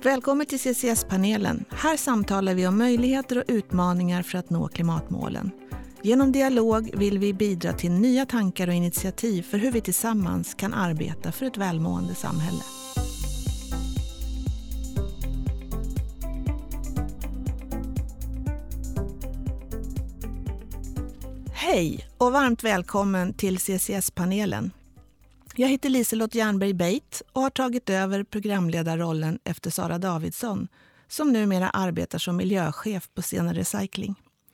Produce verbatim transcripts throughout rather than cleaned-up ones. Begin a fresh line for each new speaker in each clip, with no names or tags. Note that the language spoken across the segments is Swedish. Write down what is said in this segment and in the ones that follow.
Välkommen till C C S-panelen. Här samtalar vi om möjligheter och utmaningar för att nå klimatmålen. Genom dialog vill vi bidra till nya tankar och initiativ för hur vi tillsammans kan arbeta för ett välmående samhälle. Hej och varmt välkommen till C C S-panelen. Jag heter Liselott Jernberg-Beit och har tagit över programledarrollen efter Sara Davidsson, som numera arbetar som miljöchef på Stena Recycling.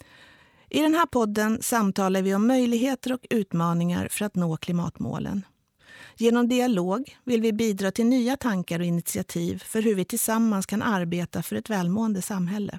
I den här podden samtalar vi om möjligheter och utmaningar för att nå klimatmålen. Genom dialog vill vi bidra till nya tankar och initiativ för hur vi tillsammans kan arbeta för ett välmående samhälle.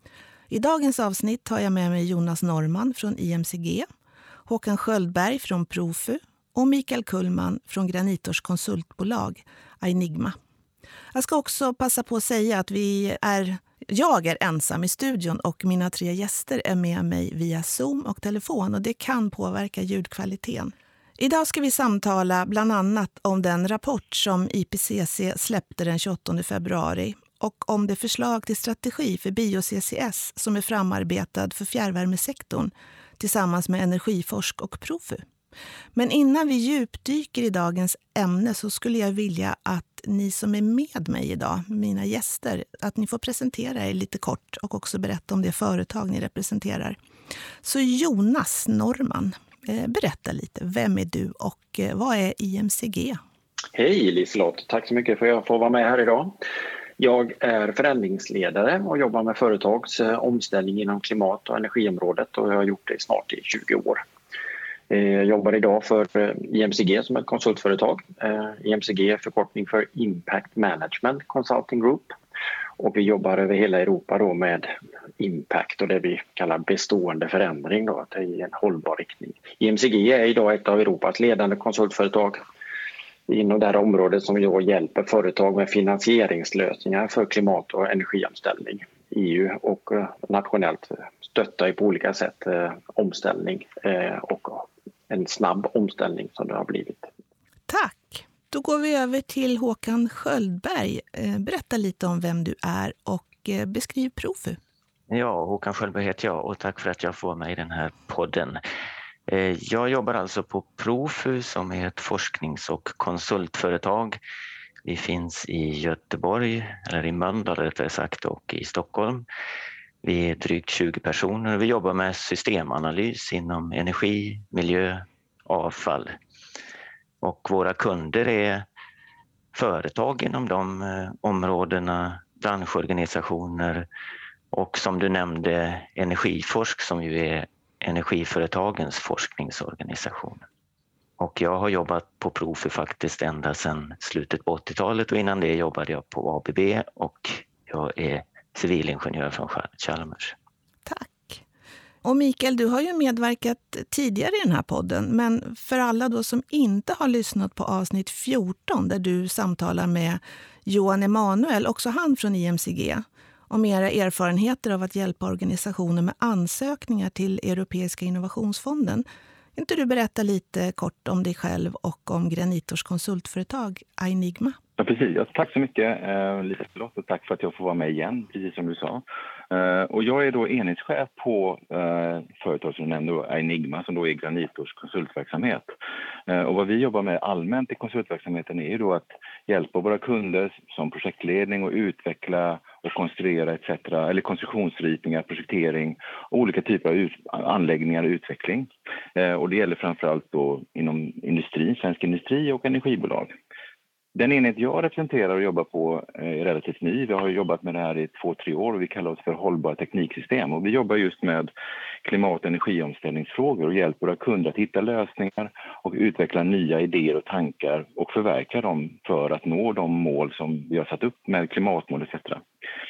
I dagens avsnitt tar jag med mig Jonas Norrman från I M C G, Håkan Sköldberg från Profu och Mikael Kullman från Granitors konsultbolag Ainigma. Jag ska också passa på att säga att vi är, jag är ensam i studion och mina tre gäster är med mig via Zoom och telefon och det kan påverka ljudkvaliteten. Idag ska vi samtala bland annat om den rapport som I P C C släppte den tjugoåttonde februari och om det förslag till strategi för bio-C C S som är framarbetad för fjärrvärmesektorn tillsammans med Energiforsk och Profu. Men innan vi djupdyker i dagens ämne så skulle jag vilja att ni som är med mig idag, mina gäster, att ni får presentera er lite kort och också berätta om det företag ni representerar. Så Jonas Norrman, berätta lite, vem är du och vad är I M C G?
Hej Liselott, tack så mycket för att jag får vara med här idag. Jag är förändringsledare och jobbar med företags omställning inom klimat- och energiområdet och jag har gjort det snart i tjugo år. Jag jobbar idag för I M C G som ett konsultföretag. I M C G är förkortning för Impact Management Consulting Group. Och vi jobbar över hela Europa då med impact och det vi kallar bestående förändring då, i en hållbar riktning. I M C G är idag ett av Europas ledande konsultföretag inom det här området som då hjälper företag med finansieringslösningar för klimat- och energiomställning. E U och nationellt stöttar på olika sätt eh, omställning eh, och en snabb omställning som det har blivit.
Tack! Då går vi över till Håkan Sköldberg. Eh, berätta lite om vem du är och eh, beskriv Profu.
Ja, Håkan Sköldberg heter jag och tack för att jag får med i den här podden. Eh, jag jobbar alltså på Profu som är ett forsknings- och konsultföretag. Vi finns i Göteborg, eller i Mölndal rättare sagt, och i Stockholm. Vi är drygt tjugo personer och vi jobbar med systemanalys inom energi, miljö, avfall. Och våra kunder är företag inom de områdena, branschorganisationer och som du nämnde Energiforsk som ju är energiföretagens forskningsorganisation. Och jag har jobbat på Profu faktiskt ända sedan slutet på åttiotalet och innan det jobbade jag på A B B och jag är civilingenjör från Chalmers.
Tack. Och Mikael, du har ju medverkat tidigare i den här podden, men för alla då som inte har lyssnat på avsnitt fjorton där du samtalar med Johan Emanuel, också han från I M C G, om era erfarenheter av att hjälpa organisationer med ansökningar till Europeiska innovationsfonden. Kan inte du berätta lite kort om dig själv och om Granitors konsultföretag Ainigma?
Ja, precis. Ja, tack så mycket eh, Liselott och tack för att jag får vara med igen, precis som du sa. Eh, och jag är då enhetschef på eh, företag som du nämnde, då, Ainigma, som då är Granitors konsultverksamhet. Eh, och vad vi jobbar med allmänt i konsultverksamheten är ju då att hjälpa våra kunder som projektledning och utveckla och konstruera et cetera eller konstruktionsritningar, projektering och olika typer av ut- anläggningar och utveckling. Eh, och det gäller framförallt då inom industrin, svensk industri och energibolag. Den enhet jag representerar och jobbar på är relativt ny. Vi har jobbat med det här i två, tre år och vi kallar oss för hållbara tekniksystem. Och vi jobbar just med klimat- och energiomställningsfrågor och hjälper våra kunder att hitta lösningar och utveckla nya idéer och tankar och förverkliga dem för att nå de mål som vi har satt upp med klimatmål et cetera.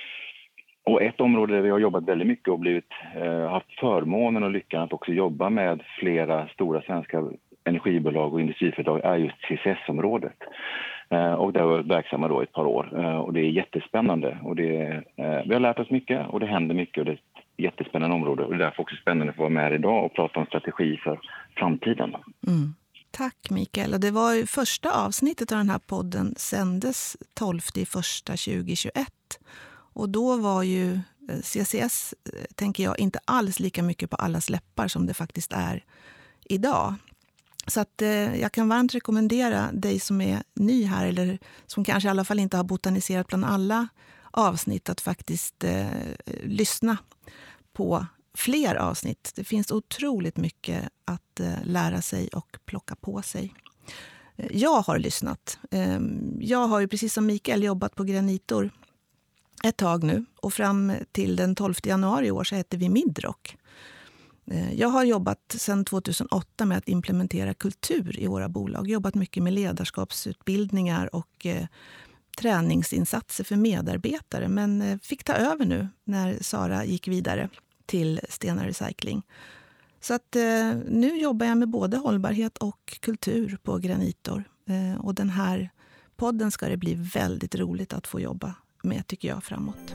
Och ett område där vi har jobbat väldigt mycket och blivit, eh, haft förmånen och lyckan att också jobba med flera stora svenska energibolag och industriföretag är just C C S-området. Eh, och där har vi verksamma då ett par år. Eh, och det är jättespännande. Och det, eh, vi har lärt oss mycket och det händer mycket och det är ett jättespännande område. Och det är därför också spännande att få vara med idag och prata om strategi för framtiden.
Mm. Tack Mikael. Och det var ju första avsnittet av den här podden sändes tolfte första tjugohundratjugoett. Och då var ju C C S, tänker jag, inte alls lika mycket på allas läppar som det faktiskt är idag. Så att eh, jag kan varmt rekommendera dig som är ny här eller som kanske i alla fall inte har botaniserat bland alla avsnitt att faktiskt eh, lyssna på fler avsnitt. Det finns otroligt mycket att eh, lära sig och plocka på sig. Jag har lyssnat. Eh, jag har ju precis som Mikael jobbat på Granitor ett tag nu och fram till den tolfte januari i år så heter vi Midrock. Jag har jobbat sedan tjugohundraåtta med att implementera kultur i våra bolag. Jobbat mycket med ledarskapsutbildningar och eh, träningsinsatser för medarbetare. Men eh, fick ta över nu när Sara gick vidare till Stena Recycling. Så att eh, nu jobbar jag med både hållbarhet och kultur på Granitor. Eh, och den här podden ska det bli väldigt roligt att få jobba med, tycker jag, framåt.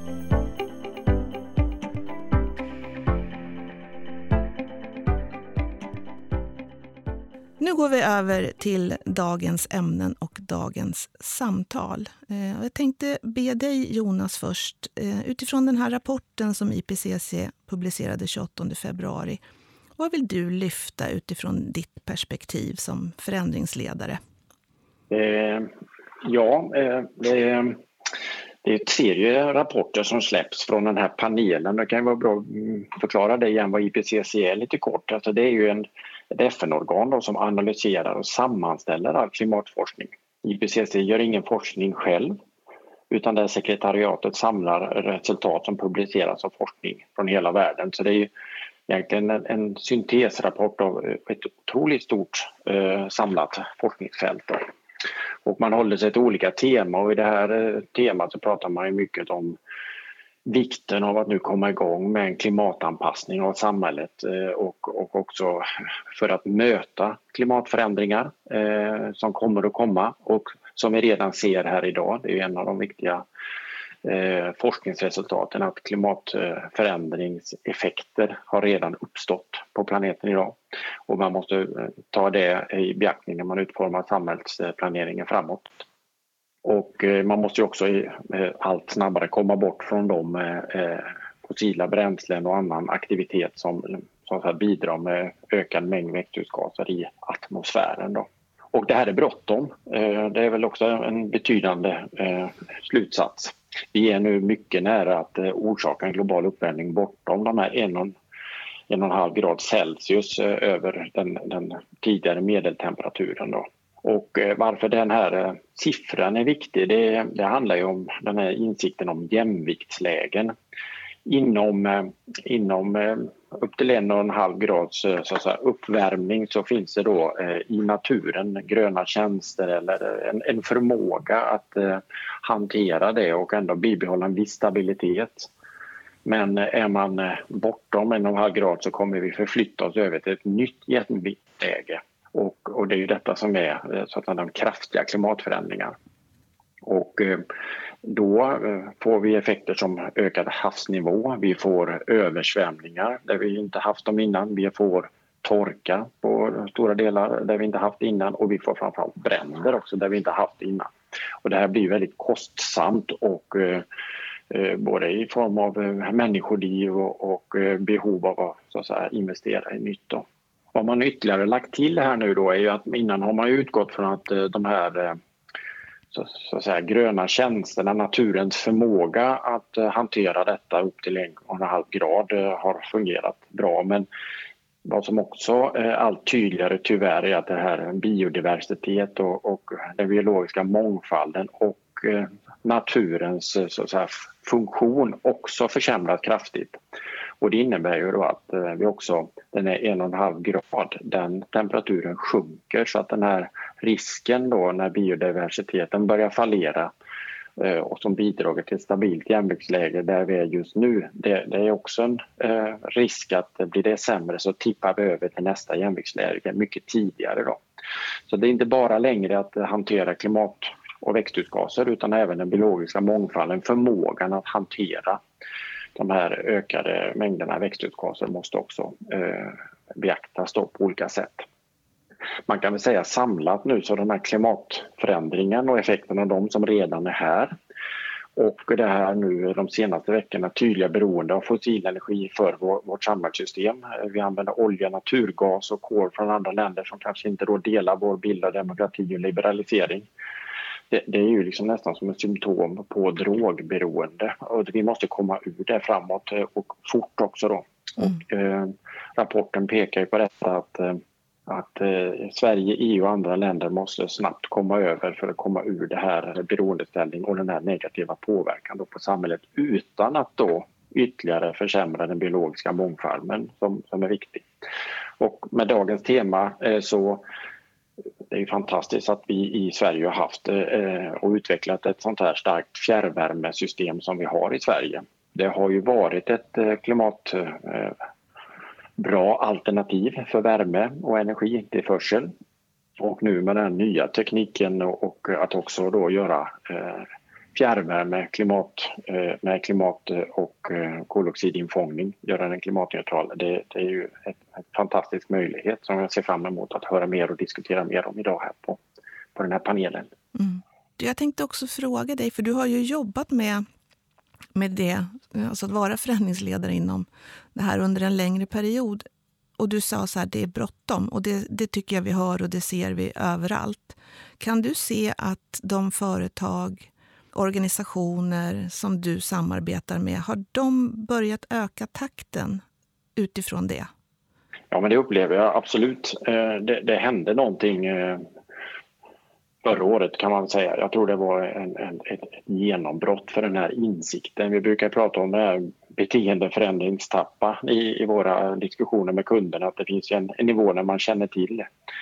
Nu går vi över till dagens ämnen och dagens samtal. Jag tänkte be dig, Jonas, först. Utifrån den här rapporten som I P C C publicerade tjugoåttonde februari. Vad vill du lyfta utifrån ditt perspektiv som förändringsledare?
Eh, ja, eh, det, det är tre rapporter som släpps från den här panelen. Det kan ju vara bra att förklara det igen vad I P C C är lite kort. Alltså det är ju en ett F N-organ då som analyserar och sammanställer all klimatforskning. I P C C gör ingen forskning själv utan det sekretariatet samlar resultat som publiceras av forskning från hela världen. Så det är ju egentligen en, en syntesrapport av ett otroligt stort eh, samlat forskningsfält. Då. Och man håller sig till olika teman och i det här eh, temat så pratar man ju mycket om vikten av att nu komma igång med en klimatanpassning av samhället och, och också för att möta klimatförändringar eh, som kommer att komma och som vi redan ser här idag. Det är en av de viktiga eh, forskningsresultaten att klimatförändringseffekter har redan uppstått på planeten idag. Och man måste ta det i beaktning när man utformar samhällsplaneringen framåt. Och man måste ju också allt snabbare komma bort från de fossila bränslen och annan aktivitet som, som så här bidrar med ökad mängd växthusgaser i atmosfären. Då. Och det här är bråttom. Det är väl också en betydande slutsats. Vi är nu mycket nära att orsaka en global uppvärmning bortom de här en och en halv grad Celsius över den, den tidigare medeltemperaturen. Då. Och varför den här siffran är viktig, det, det handlar ju om den här insikten om jämviktslägen. Inom, inom upp till en och en halv grads så att säga, uppvärmning så finns det då i naturen gröna tjänster eller en, en förmåga att hantera det och ändå bibehålla en viss stabilitet. Men är man bortom en och en halv grad så kommer vi förflytta oss över till ett nytt jämviktsläge. Och, och det är ju detta som är så att säga, de kraftiga klimatförändringar. Och eh, då eh, får vi effekter som ökad havsnivå, vi får översvämningar där vi inte haft dem innan, vi får torka på stora delar där vi inte haft innan och vi får framförallt bränder också där vi inte haft innan. Och det här blir väldigt kostsamt och eh, eh, både i form av eh, människoliv och, och eh, behov av att, så att säga, investera i nytt då. Vad man ytterligare lagt till här nu då är ju att innan har man utgått från att de här så, så att säga, gröna tjänsterna, naturens förmåga att hantera detta upp till en och en halv grad har fungerat bra. Men vad som också är allt tydligare tyvärr är att det här biodiversitet och, och den biologiska mångfalden och naturens så att säga, funktion också försämras kraftigt. Och det innebär ju då att vi också, den är en och en halv grad, den temperaturen sjunker så att den här risken då när biodiversiteten börjar fallera och som bidrar till ett stabilt jämviktsläge där vi är just nu, det, det är också en eh, risk att blir det sämre så tippar vi över till nästa jämviktsläge mycket tidigare då. Så det är inte bara längre att hantera klimat och växthusgaser utan även den biologiska mångfalden, förmågan att hantera de här ökade mängderna växthusgaser måste också eh, beaktas då på olika sätt. man kan väl säga samlat nu, så den här klimatförändringen och effekterna av dem som redan är här. Och det här nu de senaste veckorna tydliga beroende av fossil energi för vår, vårt samhällssystem. Vi använder olja, naturgas och kol från andra länder som kanske inte då delar vår bild av demokrati och liberalisering. Det, det är ju liksom nästan som ett symptom på drogberoende, och vi måste komma ur det framåt och fort också då. Mm. Och, eh, rapporten pekar ju på detta att eh, att eh, Sverige, E U och andra länder måste snabbt komma över för att komma ur det här beroendeställning och den här negativa påverkan då på samhället utan att då ytterligare försämra den biologiska mångfalden som, som är viktig. Och med dagens tema eh, så det är ju fantastiskt att vi i Sverige har haft eh, och utvecklat ett sånt här starkt fjärrvärmesystem som vi har i Sverige. Det har ju varit ett eh, klimat eh, bra alternativ för värme och energitillförsel. Och nu med den nya tekniken och att också då göra eh, fjärrvärme klimat, eh, med klimat och eh, koldioxidinfångning, göra den klimatneutral. Det, det är ju ett, ett fantastisk möjlighet som jag ser fram emot att höra mer och diskutera mer om idag här på, på den här panelen.
Mm. Jag tänkte också fråga dig, för du har ju jobbat med med det, alltså att vara förändringsledare inom det här under en längre period. Och du sa så här, det är bråttom, och det, det tycker jag vi hör och det ser vi överallt. Kan du se att de företag, organisationer som du samarbetar med, har de börjat öka takten utifrån det?
Ja, men det upplever jag absolut. Det, det hände någonting förra året kan man säga. Jag tror det var en, en, ett, ett genombrott för den här insikten. Vi brukar prata om det här beteendeförändringstappa i, i våra diskussioner med kunderna. Att det finns en, en nivå när man känner till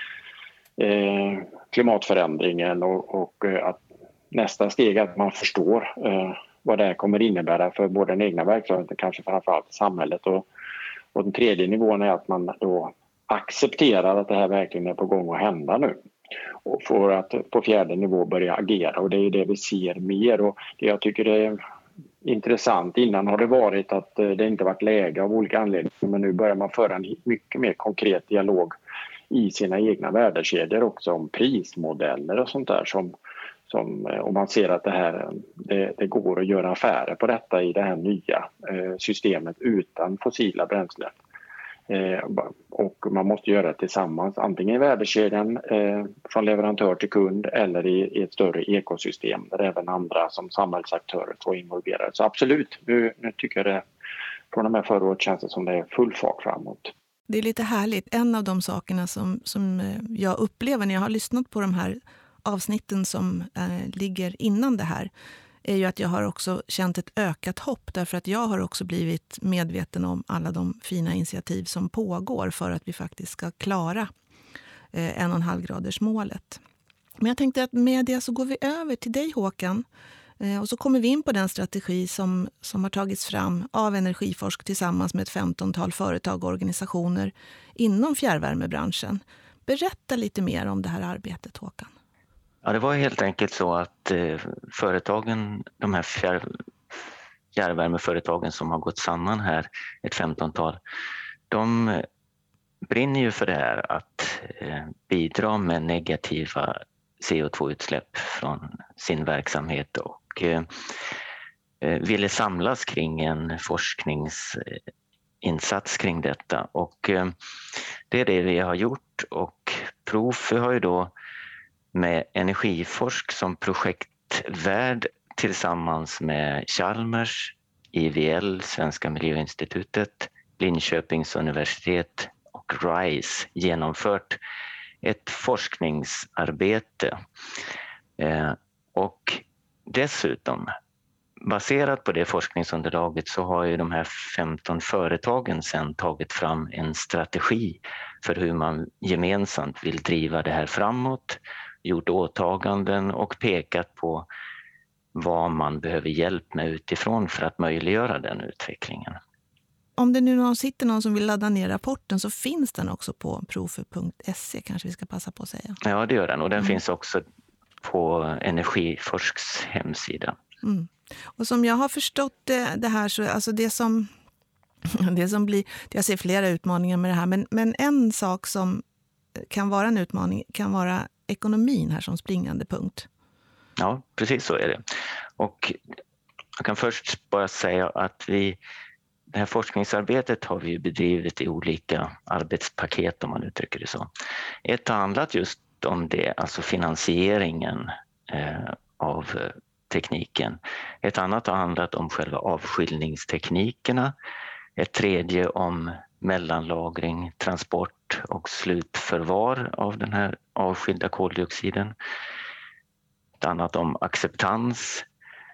eh, klimatförändringen och, och att nästa steg är att man förstår eh, vad det kommer innebära för både den egna verksamheten, kanske framförallt samhället. Och, och den tredje nivån är att man då accepterar att det här verkligen är på gång att hända nu. Och för att på fjärde nivå börja agera, och det är det vi ser mer. Och det jag tycker är intressant, innan har det varit att det inte varit läge av olika anledningar, men nu börjar man föra en mycket mer konkret dialog i sina egna värdekedjor också om prismodeller och sånt där som, som och man ser att det här det, det går att göra affärer på detta i det här nya systemet utan fossila bränslen. Eh, och man måste göra det tillsammans, antingen i värdekedjan eh, från leverantör till kund eller i, i ett större ekosystem där även andra som samhällsaktörer får involverade. Så absolut, nu, nu tycker jag det från de här förra året känns det som det är full fart framåt.
Det är lite härligt. En av de sakerna som, som jag upplever när jag har lyssnat på de här avsnitten som eh, ligger innan det här är ju att jag har också känt ett ökat hopp, därför att jag har också blivit medveten om alla de fina initiativ som pågår för att vi faktiskt ska klara eh, en och en halv graders målet. Men jag tänkte att med det så går vi över till dig, Håkan, eh, och så kommer vi in på den strategi som, som har tagits fram av Energiforsk tillsammans med ett femtontal företag och organisationer inom fjärrvärmebranschen. Berätta lite mer om det här arbetet, Håkan.
Ja, det var helt enkelt så att eh, företagen, de här fjärr, fjärrvärmeföretagen som har gått samman här, ett femtontal, de brinner ju för det här att eh, bidra med negativa C O två-utsläpp från sin verksamhet och eh, ville samlas kring en forskningsinsats kring detta. Och eh, det är det vi har gjort, och Profu har ju då med Energiforsk som projektvärd tillsammans med Chalmers, I V L, Svenska miljöinstitutet, Linköpings universitet och RISE genomfört ett forskningsarbete. Eh, och dessutom, baserat på det forskningsunderlaget, så har ju de här femton företagen sedan tagit fram en strategi för hur man gemensamt vill driva det här framåt, gjort åtaganden och pekat på vad man behöver hjälp med utifrån för att möjliggöra den utvecklingen.
Om det nu någon sitter någon som vill ladda ner rapporten, så finns den också på profu punkt se, kanske vi ska passa på att säga.
Ja, det gör den, och den mm. finns också på Energiforsks hemsida.
Mm. Och som jag har förstått det, det här, så alltså det som, det som blir, jag ser flera utmaningar med det här, men, men en sak som kan vara en utmaning kan vara ekonomin här som springande punkt.
Ja, precis så är det. Och jag kan först bara säga att vi, det här forskningsarbetet har vi bedrivit i olika arbetspaket, om man uttrycker det så. Ett har handlat just om det, alltså finansieringen eh, av tekniken. Ett annat har handlat om själva avskiljningsteknikerna. Ett tredje om mellanlagring, transport och slutförvar av den här avskilda koldioxiden. Ett annat om acceptans,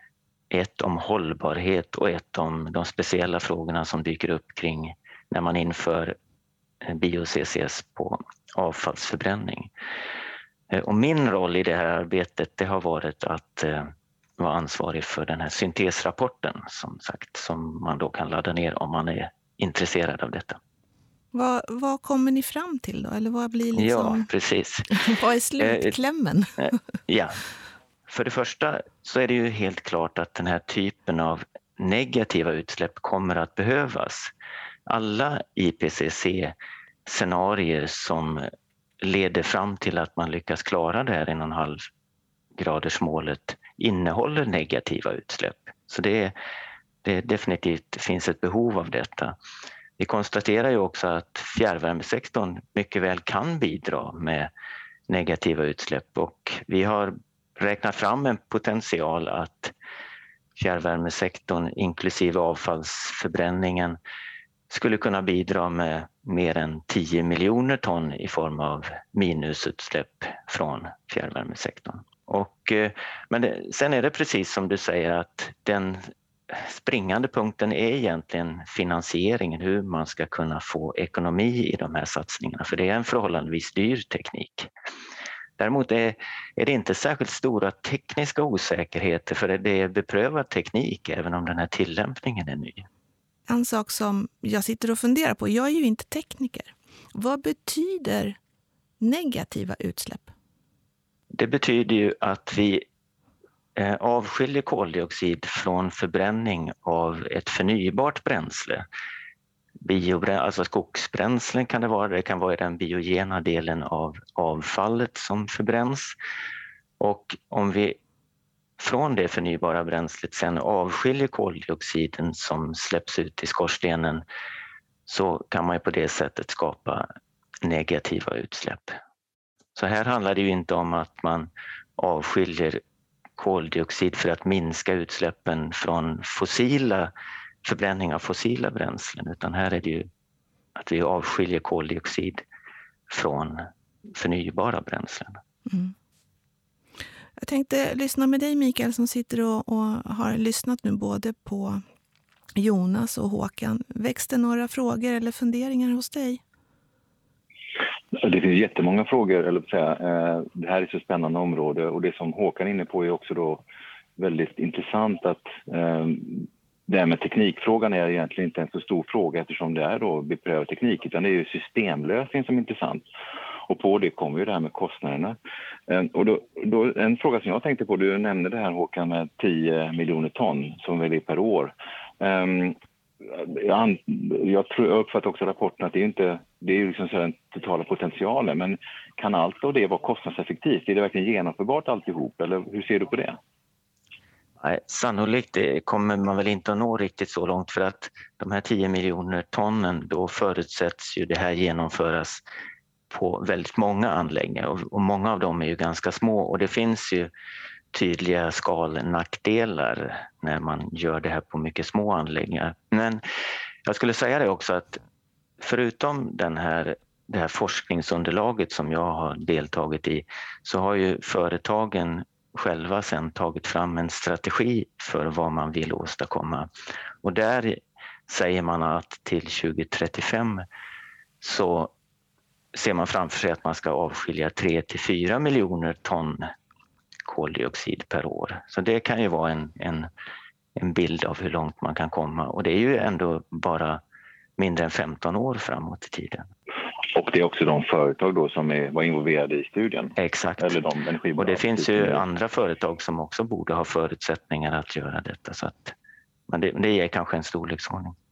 ett om hållbarhet och ett om de speciella frågorna som dyker upp kring när man inför bio-C C S på avfallsförbränning. Och min roll i det här arbetet, det har varit att vara ansvarig för den här syntesrapporten, som sagt, som man då kan ladda ner om man är intresserad av detta.
Vad, vad kommer ni fram till då? Eller vad blir liksom...
Ja, precis.
Vad är slutklämmen?
Ja, för det första så är det ju helt klart att den här typen av negativa utsläpp kommer att behövas. Alla I P C C-scenarier som leder fram till att man lyckas klara det här en och en halv graders målet innehåller negativa utsläpp. Så det, det definitivt finns ett behov av detta. Vi konstaterar ju också att fjärrvärmesektorn mycket väl kan bidra med negativa utsläpp, och vi har räknat fram en potential att fjärrvärmesektorn inklusive avfallsförbränningen skulle kunna bidra med mer än tio miljoner ton i form av minusutsläpp från fjärrvärmesektorn. Och, men det, sen är det precis som du säger att den springande punkten är egentligen finansieringen, hur man ska kunna få ekonomi i de här satsningarna, för det är en förhållandevis dyr teknik. Däremot är, är det inte särskilt stora tekniska osäkerheter, för det är beprövad teknik även om den här tillämpningen är ny.
En sak som jag sitter och funderar på, jag är ju inte tekniker. Vad betyder negativa utsläpp?
Det betyder ju att vi eh, avskiljer koldioxid från förbränning av ett förnybart bränsle. Biobränsle, alltså skogsbränslen kan det vara, det kan vara den biogena delen av avfallet som förbränns. Och om vi från det förnybara bränslet sen avskiljer koldioxiden som släpps ut i skorstenen, så kan man på det sättet skapa negativa utsläpp. Så här handlar det ju inte om att man avskiljer koldioxid för att minska utsläppen från fossila förbränning av fossila bränslen, utan här är det ju att vi avskiljer koldioxid från förnybara bränslen. Mm.
Jag tänkte lyssna med dig, Mikael, som sitter och, och har lyssnat nu både på Jonas och Håkan. Växte några frågor eller funderingar hos dig?
Det finns jättemånga frågor, eller att säga. Det här är ett så spännande område, och det som Håkan är inne på är också då väldigt intressant, att det här med teknikfrågan är egentligen inte en så stor fråga eftersom det är då beprövad teknik, utan det är ju systemlösning som är intressant. Och på det kommer ju det här med kostnaderna. Och då, då, en fråga som jag tänkte på, du nämnde det här, Håkan, med tio miljoner ton som väl är per år. Um, jag, jag, tror, jag uppfattar också rapporten att det är inte det är liksom så den totala potentialen, men kan allt av det vara kostnadseffektivt? Är det verkligen genomförbart alltihop, eller hur ser du på det?
Nej, sannolikt kommer man väl inte att nå riktigt så långt, för att de här tio miljoner tonnen, då förutsätts ju det här genomföras på väldigt många anläggningar, och många av dem är ju ganska små, och det finns ju tydliga skalnackdelar när man gör det här på mycket små anläggningar. Men jag skulle säga det också, att förutom den här, det här forskningsunderlaget som jag har deltagit i, så har ju företagen själva sedan tagit fram en strategi för vad man vill åstadkomma. Och där säger man att till tjugo trettiofem så ser man framför sig att man ska avskilja tre till fyra miljoner ton koldioxid per år. Så det kan ju vara en, en, en bild av hur långt man kan komma. Och det är ju ändå bara mindre än femton år framåt i tiden.
Och det är också de företag då som är, var involverade i studien?
Exakt.
Eller de
och det finns ju andra företag som också borde ha förutsättningar att göra detta. Så att, men det, det är kanske en storleksordning.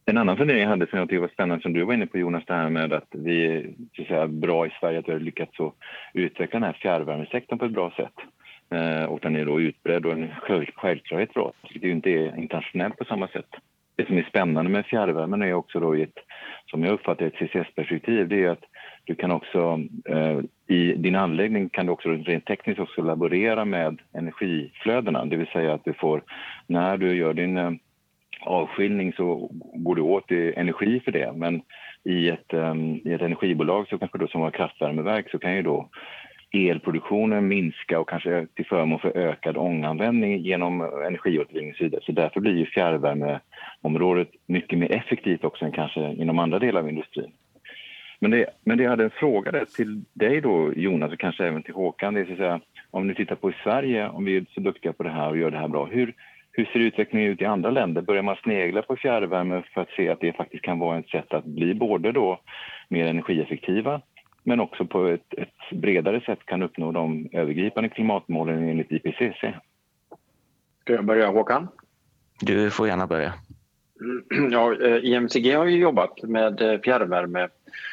En annan fundering jag hade som jag tycker var spännande som du var inne på, Jonas, det här med att vi är så att säga, bra i Sverige att vi har lyckats så utveckla den här fjärrvärmesektorn på ett bra sätt. Eh, och den är då utbredd och en självklarhet för oss, vilket ju inte är internationellt på samma sätt. Det som är spännande med fjärrvärmen är också då i ett, som jag uppfattar ett C C S-perspektiv, det är att du kan också eh, i din anläggning kan du också rent tekniskt också laborera med energiflödena. Det vill säga att du får, när du gör din eh, avskiljning så går du åt energi för det. Men i ett, um, i ett energibolag så kanske då som har kraftvärmeverk så kan ju då elproduktionen minska och kanske till förmån för ökad ånganvändning genom energiåtervinning och så vidare. Så därför blir ju fjärrvärmeområdet mycket mer effektivt också än kanske inom andra delar av industrin. Men det, men det hade en fråga där till dig då, Jonas, och kanske även till Håkan. Det är så att säga, om ni tittar på i Sverige, om vi är så duktiga på det här och gör det här bra, hur Hur ser utvecklingen ut i andra länder? Börjar man snegla på fjärrvärme för att se att det faktiskt kan vara ett sätt att bli både då mer energieffektiva men också på ett, ett bredare sätt kan uppnå de övergripande klimatmålen enligt I P C C?
Ska jag börja, Håkan?
Du får gärna börja.
Ja, I M C G har ju jobbat med fjärrvärme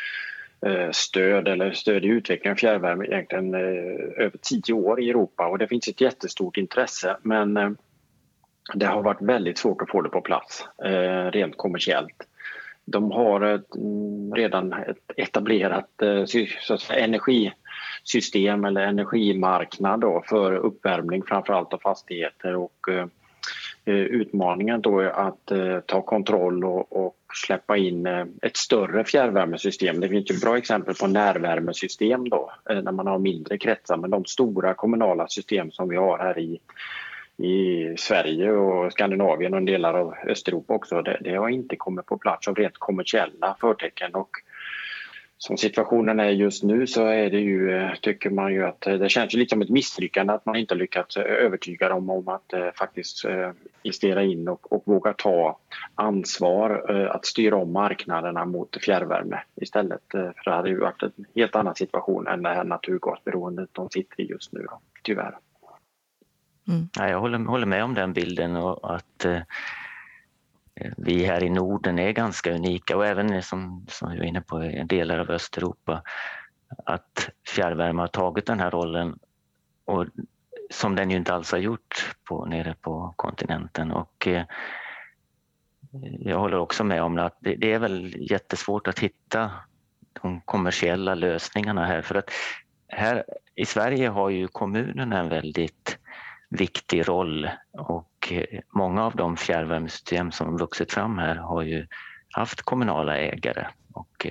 stöd eller stöd i utveckling av fjärrvärme egentligen över tio år i Europa och det finns ett jättestort intresse, men det har varit väldigt svårt att få det på plats eh, rent kommersiellt. De har ett, redan ett etablerat eh, så att säga, energisystem eller energimarknad då, för uppvärmning framförallt av fastigheter och eh, utmaningen då är att eh, ta kontroll och, och släppa in eh, ett större fjärrvärmesystem. Det finns ju bra exempel på närvärmesystem då eh, när man har mindre kretsar, men de stora kommunala system som vi har här i i Sverige och Skandinavien och delar av Östeuropa också, det, det har inte kommit på plats av rent kommersiella förtecken. Och som situationen är just nu så är det ju, tycker man ju att det känns lite som ett misslyckande att man inte lyckats övertyga dem om att eh, faktiskt eh, investera in och, och våga ta ansvar eh, att styra om marknaderna mot fjärrvärme istället. Eh, för det hade ju varit en helt annan situation än det här naturgasberoendet de sitter i just nu då, tyvärr.
Mm. Ja, jag håller, håller med om den bilden och att eh, vi här i Norden är ganska unika och även som, som jag är inne på i delar av Östeuropa att fjärrvärme har tagit den här rollen och som den ju inte alls har gjort på, nere på kontinenten och eh, jag håller också med om att det, det är väl jättesvårt att hitta de kommersiella lösningarna här för att här i Sverige har ju kommunerna en väldigt viktig roll och många av de fjärrvärmesystem som vuxit fram här har ju haft kommunala ägare och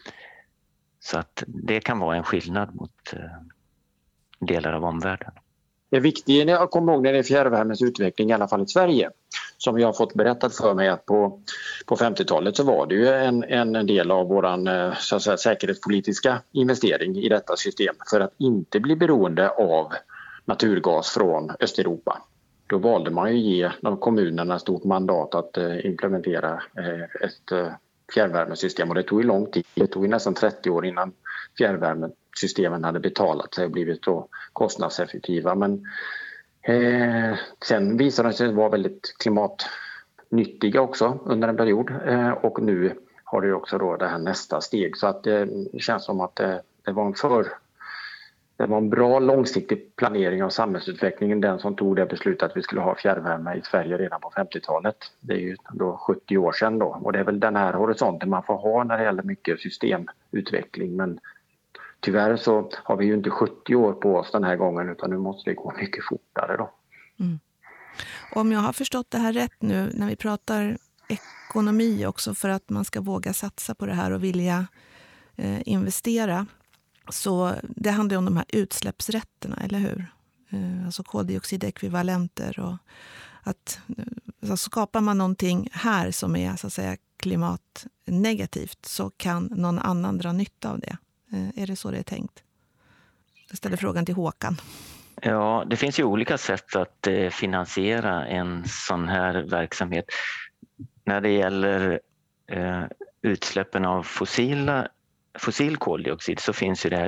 så att det kan vara en skillnad mot delar av omvärlden.
Det är viktigt att komma ihåg när det är fjärrvärmens utveckling i alla fall i Sverige. Som jag har fått berättat för mig att på, på femtiotalet så var det ju en, en del av våran så att säga, säkerhetspolitiska investering i detta system för att inte bli beroende av naturgas från Östeuropa. Då valde man ju ge de kommunerna stort mandat att eh, implementera eh, ett eh, fjärrvärmesystem och det tog ju lång tid. Det tog ju nästan trettio år innan fjärrvärmesystemen hade betalat sig och blivit så kostnadseffektiva. Men eh, sen visade det sig vara väldigt klimatnyttiga också under en period eh, och nu har det också då det här nästa steg så att det känns som att det, det var en för Det var en bra långsiktig planering av samhällsutvecklingen, den som tog det beslutet att vi skulle ha fjärrvärme i Sverige redan på femtiotalet. Det är ju då sjuttio år sedan då och det är väl den här horisonten man får ha när det gäller mycket systemutveckling. Men tyvärr så har vi ju inte sjuttio år på oss den här gången utan nu måste det gå mycket fortare då.
Mm. Om jag har förstått det här rätt nu när vi pratar ekonomi också för att man ska våga satsa på det här och vilja eh, investera. Så det handlar om de här utsläppsrätterna, eller hur? Alltså koldioxidekvivalenter och att alltså skapar man någonting här som är så att säga klimatnegativt så kan någon annan dra nytta av det. Är det så det är tänkt? Jag ställer frågan till Håkan.
Ja, det finns ju olika sätt att finansiera en sån här verksamhet. När det gäller eh, utsläppen av fossila fossil koldioxid så finns ju det här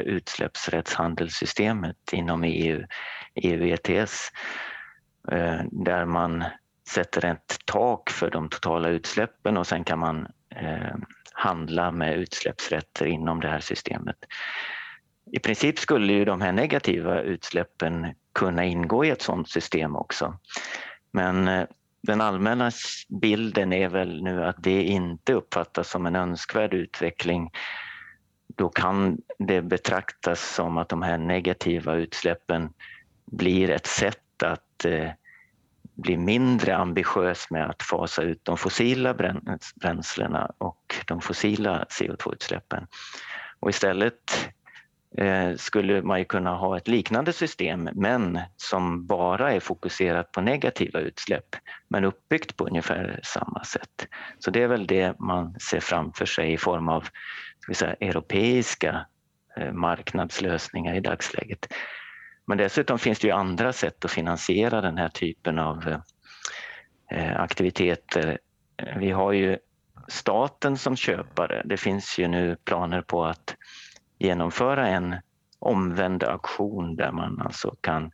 utsläppsrättshandelssystemet inom E U, E U E T S, där man sätter ett tak för de totala utsläppen och sen kan man eh, handla med utsläppsrätter inom det här systemet. I princip skulle ju de här negativa utsläppen kunna ingå i ett sådant system också. Men eh, den allmänna bilden är väl nu att det inte uppfattas som en önskvärd utveckling. Då kan det betraktas som att de här negativa utsläppen blir ett sätt att eh, bli mindre ambitiös med att fasa ut de fossila bränslena och de fossila C O två-utsläppen. Och istället eh, skulle man ju kunna ha ett liknande system men som bara är fokuserat på negativa utsläpp men uppbyggt på ungefär samma sätt. Så det är väl det man ser framför sig i form av ska vi säga, europeiska eh, marknadslösningar i dagsläget. Men dessutom finns det ju andra sätt att finansiera den här typen av eh, aktiviteter. Vi har ju staten som köpare. Det finns ju nu planer på att genomföra en omvänd auktion där man alltså kan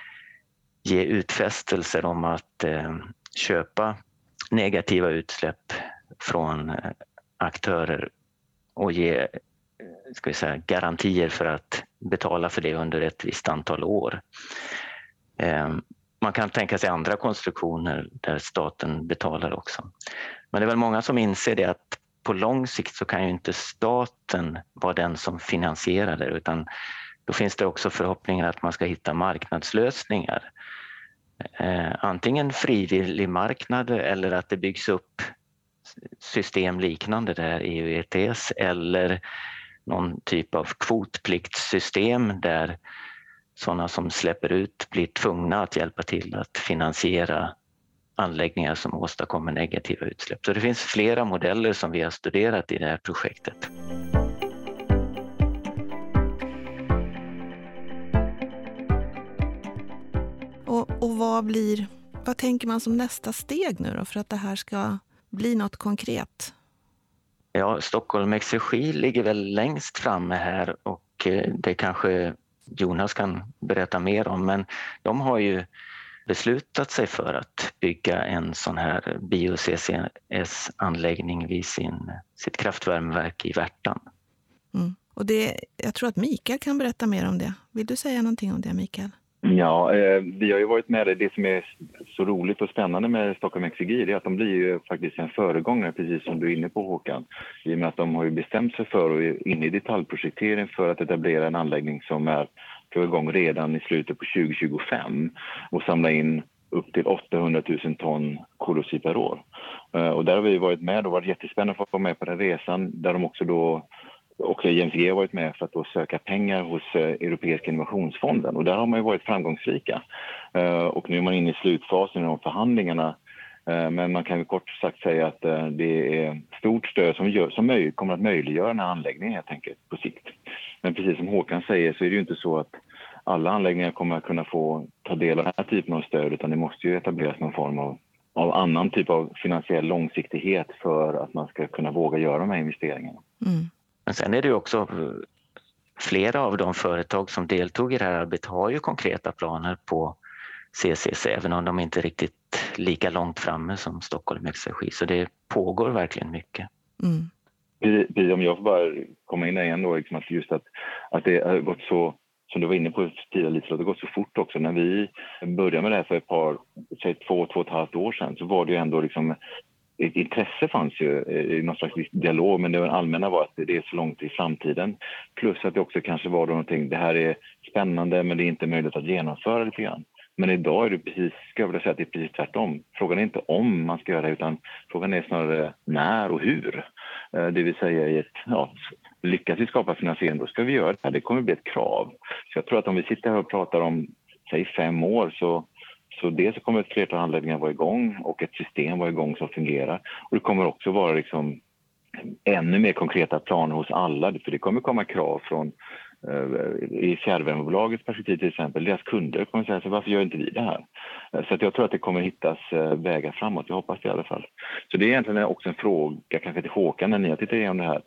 ge utfästelser om att eh, köpa negativa utsläpp från eh, aktörer och ge ska vi säga, garantier för att betala för det under ett visst antal år. Eh, man kan tänka sig andra konstruktioner där staten betalar också. Men det är väl många som inser det att på lång sikt så kan ju inte staten vara den som finansierar det utan då finns det också förhoppningar att man ska hitta marknadslösningar. Eh, antingen frivillig marknad eller att det byggs upp system liknande där E U E T S eller någon typ av kvotpliktssystem där sådana som släpper ut blir tvungna att hjälpa till att finansiera anläggningar som åstadkommer negativa utsläpp. Så det finns flera modeller som vi har studerat i det här projektet.
Och, och vad blir, vad tänker man som nästa steg nu då för att det här ska bli något konkret?
Ja, Stockholm Exergi ligger väl längst framme här och det kanske Jonas kan berätta mer om, men de har ju beslutat sig för att bygga en sån här bio-C C S-anläggning vid sin, sitt kraftvärmeverk i Värtan.
Mm. Och det, jag tror att Mikael kan berätta mer om det. Vill du säga någonting om det, Mikael?
Ja, eh, vi har ju varit med det. Det som är så roligt och spännande med Stockholm Exergi är att de blir ju faktiskt en föregångare, precis som du är inne på Håkan. I och med att de har ju bestämt sig för och är inne i detaljprojektering för att etablera en anläggning som är för igång redan i slutet på tjugo tjugofem och samla in upp till åttahundratusen ton koldioxid per år. Eh, och där har vi varit med och varit jättespännande för att vara med på den resan där de också då Också I M C G har varit med för att då söka pengar hos Europeiska innovationsfonden och där har man ju varit framgångsrika. Och nu är man inne i slutfasen av förhandlingarna, men man kan ju kort sagt säga att det är stort stöd som, gör, som möj, kommer att möjliggöra den här anläggningen helt enkelt på sikt. Men precis som Håkan säger så är det ju inte så att alla anläggningar kommer att kunna få ta del av den här typen av stöd utan det måste ju etableras någon form av, av annan typ av finansiell långsiktighet för att man ska kunna våga göra de här investeringarna.
Mm.
Men sen är det ju också flera av de företag som deltog i det här arbetet har ju konkreta planer på C C S även om de inte är riktigt lika långt framme som Stockholm Exergi. Så det pågår verkligen mycket.
Mm.
Om jag får bara komma in igen då, liksom att just att, att det har gått så, som du var inne på tidigare lite, det har gått så fort också. När vi började med det här för ett par, säg två, två och ett halvt år sedan så var det ju ändå liksom ett intresse fanns ju i någon slags dialog, men det allmänna var att det är så långt i framtiden. Plus att det också kanske var någonting, det här är spännande men det är inte möjligt att genomföra lite grann. Men idag är det precis, ska jag vilja säga att det är precis tvärtom. Frågan är inte om man ska göra det utan frågan är snarare när och hur. Det vill säga i ett, ja, lyckas vi skapa finansiering då ska vi göra det här, det kommer bli ett krav. Så jag tror att om vi sitter här och pratar om, säg fem år så Så dels så kommer ett flertal anläggningar vara igång och ett system vara igång som fungerar. Och det kommer också vara liksom ännu mer konkreta planer hos alla. För det kommer komma krav från eh, i fjärrvärmebolagets perspektiv till exempel. Deras kunder kommer säga så varför gör inte vi det här? Så att jag tror att det kommer hittas eh, vägar framåt. Jag hoppas det i alla fall. Så det är egentligen också en fråga kanske till Håkan när ni har tittat igenom det här.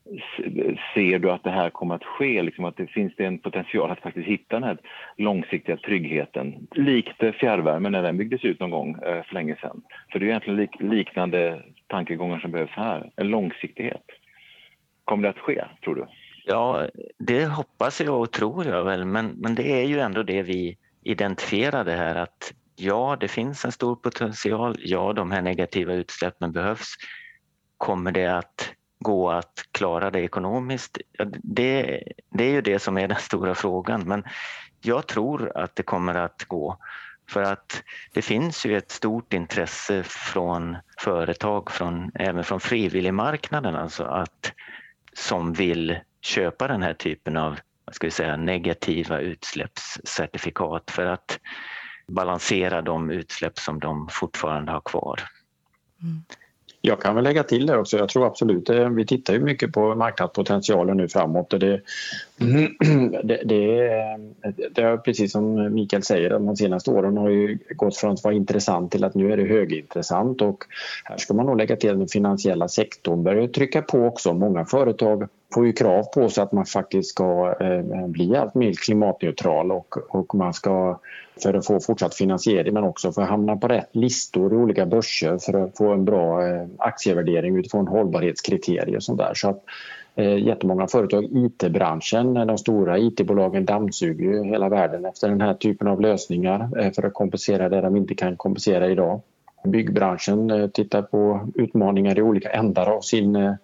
ser du att det här kommer att ske? Liksom att det finns det en potential att faktiskt hitta den här långsiktiga tryggheten? Likt fjärrvärmen när den byggdes ut någon gång för länge sedan. För det är egentligen lik, liknande tankegångar som behövs här. En långsiktighet. Kommer det att ske, tror du?
Ja, det hoppas jag och tror jag väl. Men, men det är ju ändå det vi identifierade här, att ja, det finns en stor potential. Ja, de här negativa utsläppen behövs. Kommer det att gå att klara det ekonomiskt? Ja, det, det är ju det som är den stora frågan. Men jag tror att det kommer att gå. För att det finns ju ett stort intresse från företag, från, även från frivilligmarknaden, alltså att, som vill köpa den här typen av, vad ska vi säga, negativa utsläppscertifikat för att balansera de utsläpp som de fortfarande har kvar.
Mm.
Jag kan väl lägga till det också. Jag tror absolut, vi tittar ju mycket på marknadspotentialen nu framåt. Och det, det, det, det är precis som Mikael säger, de senaste åren har ju gått från att vara intressant till att nu är det högintressant. Och här ska man nog lägga till den finansiella sektorn. Börjar trycka på också. Många företag får ju krav på sig att man faktiskt ska eh, bli allt mer klimatneutral och, och man ska, för att få fortsatt finansiering, men också för att hamna på rätt listor i olika börser för att få en bra eh, aktievärdering utifrån hållbarhetskriterier och sånt där. Så att eh, jättemånga företag, I T-branschen, de stora I T-bolagen dammsuger ju hela världen efter den här typen av lösningar eh, för att kompensera det de inte kan kompensera idag. Byggbranschen eh, tittar på utmaningar i olika ändar av sin eh,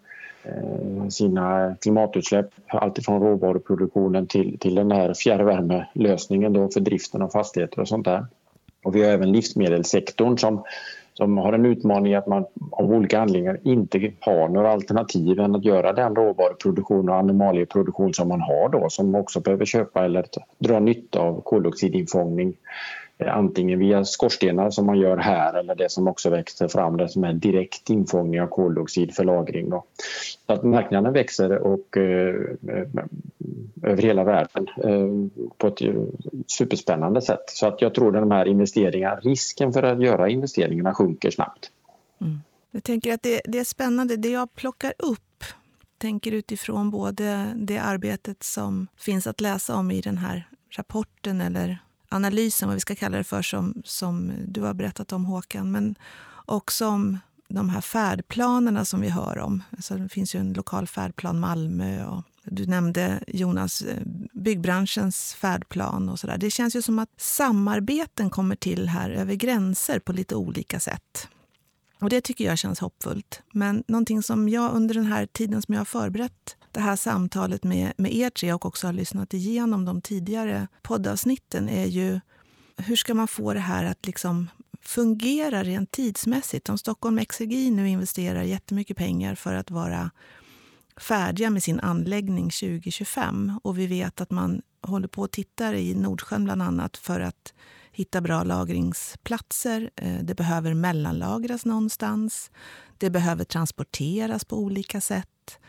sina klimatutsläpp, alltifrån råvaruproduktionen till, till den här fjärrvärmelösningen då för driften av fastigheter och sånt där. Och vi har även livsmedelssektorn som, som har en utmaning att man av olika anledningar inte har några alternativ än att göra den råvaruproduktion och animalieproduktion som man har då, som också behöver köpa eller dra nytta av koldioxidinfångning. Antingen via skorstenar som man gör här eller det som också växer fram, det som är direkt infångning av koldioxid för lagring. Då. Så att marknaden växer och, eh, över hela världen eh, på ett superspännande sätt. Så att jag tror att de här investeringarna, risken för att göra investeringarna sjunker snabbt.
Mm. Jag tänker att det, det är spännande. Det jag plockar upp, tänker utifrån både det arbetet som finns att läsa om i den här rapporten eller analysen, vad vi ska kalla det för, som, som du har berättat om, Håkan, men också om de här färdplanerna som vi hör om. Alltså, det finns ju en lokal färdplan Malmö och du nämnde, Jonas, byggbranschens färdplan och sådär. Det känns ju som att samarbeten kommer till här över gränser på lite olika sätt. Och det tycker jag känns hoppfullt. Men någonting som jag under den här tiden som jag har förberett det här samtalet med, med er tre och också har lyssnat igenom de tidigare poddavsnitten är ju hur ska man få det här att liksom fungera rent tidsmässigt. Om Stockholm Exergi nu investerar jättemycket pengar för att vara färdiga med sin anläggning tjugo tjugofem och vi vet att man håller på och tittar i Nordsjön bland annat för att hitta bra lagringsplatser. Det behöver mellanlagras någonstans. Det behöver transporteras på olika sätt.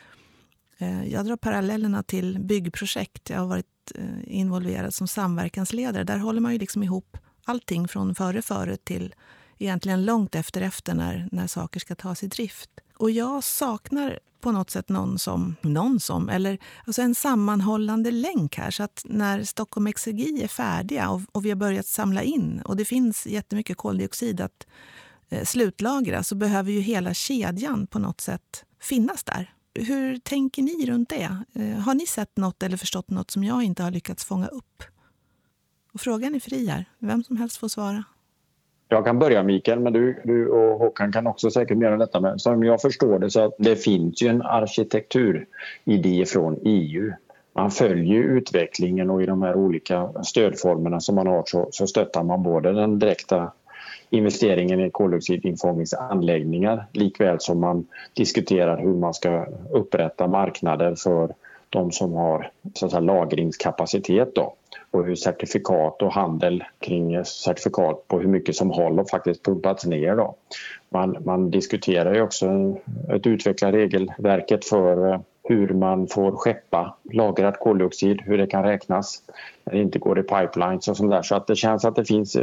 Jag drar parallellerna till byggprojekt. Jag har varit involverad som samverkansledare. Där håller man ju liksom ihop allting från före före till egentligen långt efter efter när, när saker ska tas i drift. Och jag saknar på något sätt någon som, någon som eller alltså en sammanhållande länk här. Så att när Stockholm Exergi är färdiga och, och vi har börjat samla in och det finns jättemycket koldioxid att eh, slutlagra, så behöver ju hela kedjan på något sätt finnas där. Hur tänker ni runt det? Eh, har ni sett något eller förstått något som jag inte har lyckats fånga upp? Och frågan är fri här. Vem som helst får svara.
Jag kan börja, Mikael, men du, du och Håkan kan också säkert mer om detta. Men som jag förstår det så att det finns ju en arkitekturidé från E U. Man följer utvecklingen och i de här olika stödformerna som man har så, så stöttar man både den direkta investeringen i koldioxidinfångningsanläggningar likväl som man diskuterar hur man ska upprätta marknader för de som har så att säga, lagringskapacitet då. Och hur certifikat och handel kring certifikat på hur mycket som håller faktiskt pumpats ner då. Man, man diskuterar ju också ett utvecklat regelverket för hur man får skeppa lagrad koldioxid, hur det kan räknas när det inte går i pipelines och sånt där. Så att det känns att det finns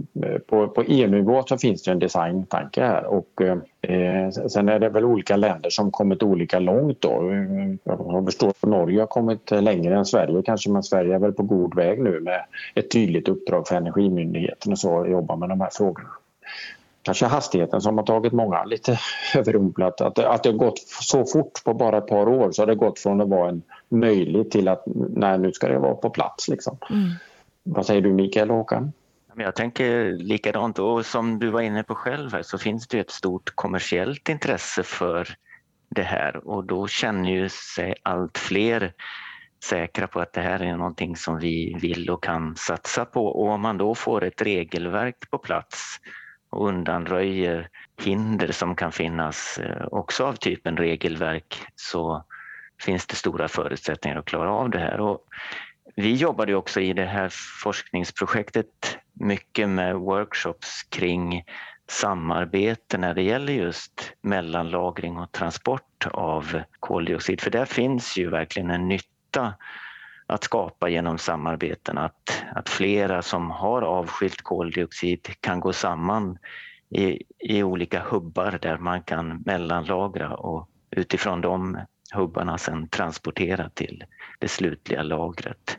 på, på E U-nivå så finns det en designtanke här och eh, sen är det väl olika länder som kommit olika långt då. Jag förstår att Norge har kommit längre än Sverige kanske, men Sverige är väl på god väg nu med ett tydligt uppdrag för Energimyndigheten och så jobba med de här frågorna. Kanske hastigheten som har tagit många lite överrumplat. Att det, att det har gått så fort på bara ett par år så har det gått från att vara en möjlig till att nej, nu ska det vara på plats. Liksom. Mm. Vad säger du Mikael och Håkan?
Jag tänker likadant och som du var inne på själv här så finns det ett stort kommersiellt intresse för det här och då känner ju sig allt fler säkra på att det här är någonting som vi vill och kan satsa på och om man då får ett regelverk på plats och undanröjer hinder som kan finnas också av typen regelverk så finns det stora förutsättningar att klara av det här. Och vi jobbade också i det här forskningsprojektet mycket med workshops kring samarbete när det gäller just mellanlagring och transport av koldioxid. För där finns ju verkligen en nytta att skapa genom samarbeten, att, att flera som har avskilt koldioxid kan gå samman i, i olika hubbar där man kan mellanlagra och utifrån de hubbarna sen transportera till det slutliga lagret.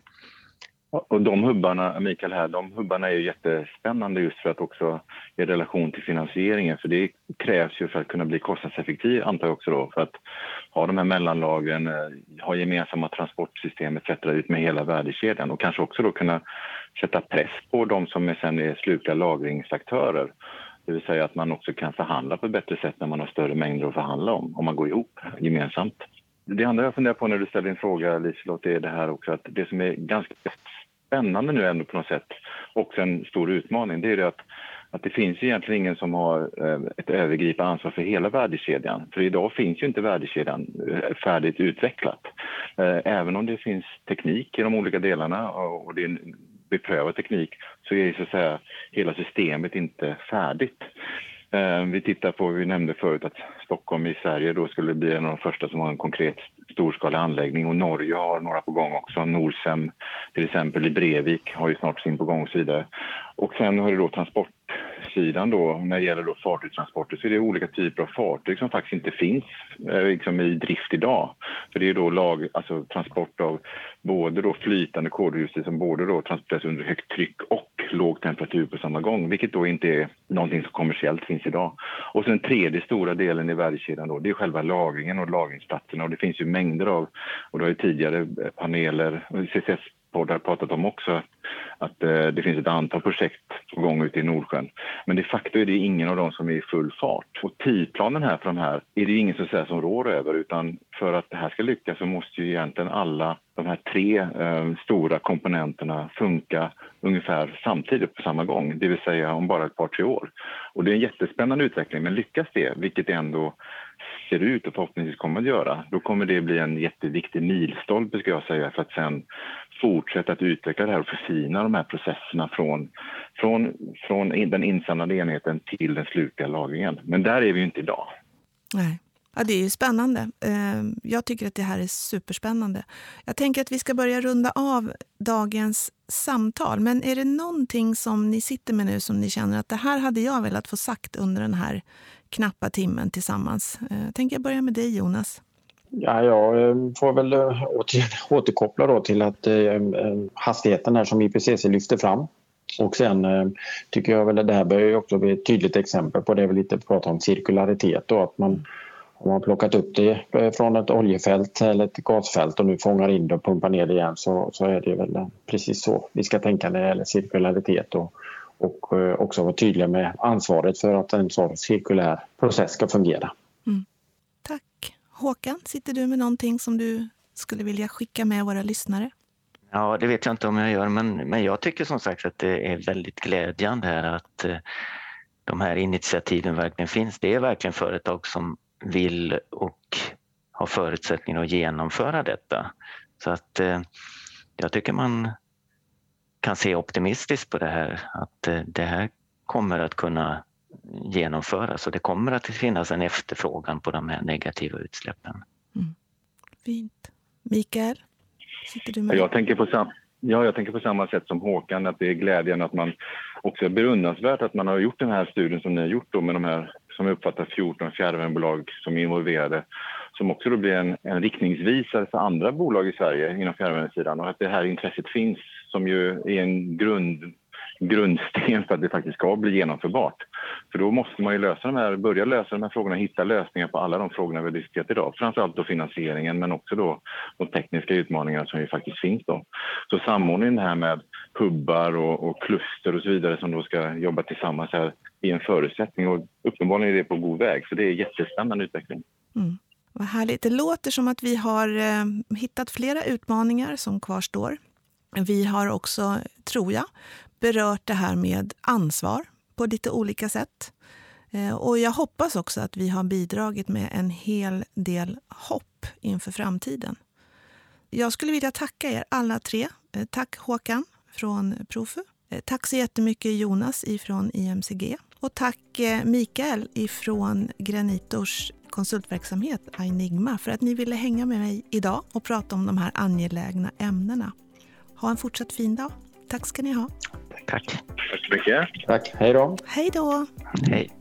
Och de hubbarna, Mikael här, de hubbarna är ju jättespännande just för att också i relation till finansieringen. För det krävs ju för att kunna bli kostnadseffektiv antar jag också då. För att ha de här mellanlagren, ha gemensamma transportsystem et cetera ut med hela värdekedjan. Och kanske också då kunna sätta press på de som är sen är slutliga lagringsaktörer. Det vill säga att man också kan förhandla på ett bättre sätt när man har större mängder att förhandla om. Om man går ihop gemensamt. Det andra jag funderar på när du ställer din fråga, Liselott, är det här också att det som är ganska spännande nu ändå på något sätt, också en stor utmaning, det är det att, att det finns egentligen ingen som har ett övergripande ansvar för hela värdekedjan. För idag finns ju inte värdekedjan färdigt utvecklat. Även om det finns teknik i de olika delarna och det är en beprövad teknik så är så att säga hela systemet inte färdigt. Vi tittar på, vi nämnde förut att Stockholm i Sverige då skulle bli en av de första som har en konkret storskalig anläggning och Norge har några på gång också. Norcem till exempel i Brevik har ju snart sin på gång och så vidare. Och sen har det då transportsidan då, när det gäller då fartygstransporter så är det olika typer av fartyg som faktiskt inte finns eh, liksom i drift idag. För det är då lag, alltså transport av både då flytande koldioxid som både då transporteras under högt tryck och låg temperatur på samma gång, vilket då inte är någonting som kommersiellt finns idag. Och sen den tredje stora delen i värdekedjan då, det är själva lagringen och lagringsplatserna och det finns ju mängder av, och det har ju tidigare paneler och C C S-poddar pratat om också att eh, det finns ett antal projekt på gång ute i Nordsjön. Men de facto är det ingen av dem som är i full fart. Och tidplanen här för de här är det ingen som, säger, som rår över utan för att det här ska lyckas så måste ju egentligen alla de här tre eh, stora komponenterna funka ungefär samtidigt på samma gång. Det vill säga om bara ett par, tre år. Och det är en jättespännande utveckling men lyckas det, vilket ändå ser ut och förhoppningsvis kommer att göra, då kommer det bli en jätteviktig milstolpe ska jag säga för att sen fortsätta att utveckla det här och förfina de här processerna från, från, från den insamlade enheten till den slutliga lagringen. Men där är vi ju inte idag.
Nej. Ja, det är ju spännande. Jag tycker att det här är superspännande. Jag tänker att vi ska börja runda av dagens samtal. Men är det någonting som ni sitter med nu som ni känner att det här hade jag velat få sagt under den här knappa timmen tillsammans? Tänker jag börja med dig, Jonas.
Ja, jag får väl återkoppla då till att hastigheten här som I P C C lyfter fram. Och sen tycker jag väl att det här börjar ju också bli ett tydligt exempel på det vi lite pratar om cirkularitet och att man om man plockat upp det från ett oljefält eller ett gasfält och nu fångar in det och pumpar ner det igen så, så är det väl precis så vi ska tänka när det gäller cirkularitet och, och också vara tydliga med ansvaret för att en sån cirkulär process ska fungera.
Mm. Tack. Håkan, sitter du med någonting som du skulle vilja skicka med våra lyssnare?
Ja, det vet jag inte om jag gör, men, men jag tycker som sagt att det är väldigt glädjande här att eh, de här initiativen verkligen finns. Det är verkligen företag som vill och har förutsättningar att genomföra detta. Så att eh, jag tycker man kan se optimistiskt på det här. Att eh, det här kommer att kunna genomföras och det kommer att finnas en efterfrågan på de här negativa utsläppen.
Mm. Fint. Mikael, sitter du med?
Jag tänker på sam- ja, jag tänker på samma sätt som Håkan, att det är glädjen att man också är beundransvärt att man har gjort den här studien som ni har gjort då med de här som uppfattar fjorton fjärrvärmebolag som är involverade, som också då blir en, en riktningsvisare för andra bolag i Sverige inom fjärrvärmesidan, och att det här intresset finns som ju är en grund, grundsten för att det faktiskt ska bli genomförbart. För då måste man ju lösa de här, börja lösa de här frågorna, hitta lösningar på alla de frågorna vi har diskuterat idag. Framförallt då finansieringen, men också då de tekniska utmaningarna som ju faktiskt finns då. Så samordningen här med hubbar och, och kluster och så vidare som då ska jobba tillsammans här i en förutsättning, och uppenbarligen är det på god väg. Så det är jättespännande utveckling.
Mm. Vad härligt. Det låter som att vi har eh, hittat flera utmaningar som kvarstår. Vi har också, tror jag, berört det här med ansvar på lite olika sätt. Eh, och jag hoppas också att vi har bidragit med en hel del hopp inför framtiden. Jag skulle vilja tacka er alla tre. Eh, tack Håkan från Profu. Eh, tack så jättemycket Jonas ifrån I M C G. Och tack eh, Mikael ifrån Granitors konsultverksamhet Enigma för att ni ville hänga med mig idag och prata om de här angelägna ämnena. Ha en fortsatt fin dag. Tack ska ni ha.
Tack.
Tack så mycket.
Tack, hej då.
Hej då.
Hej.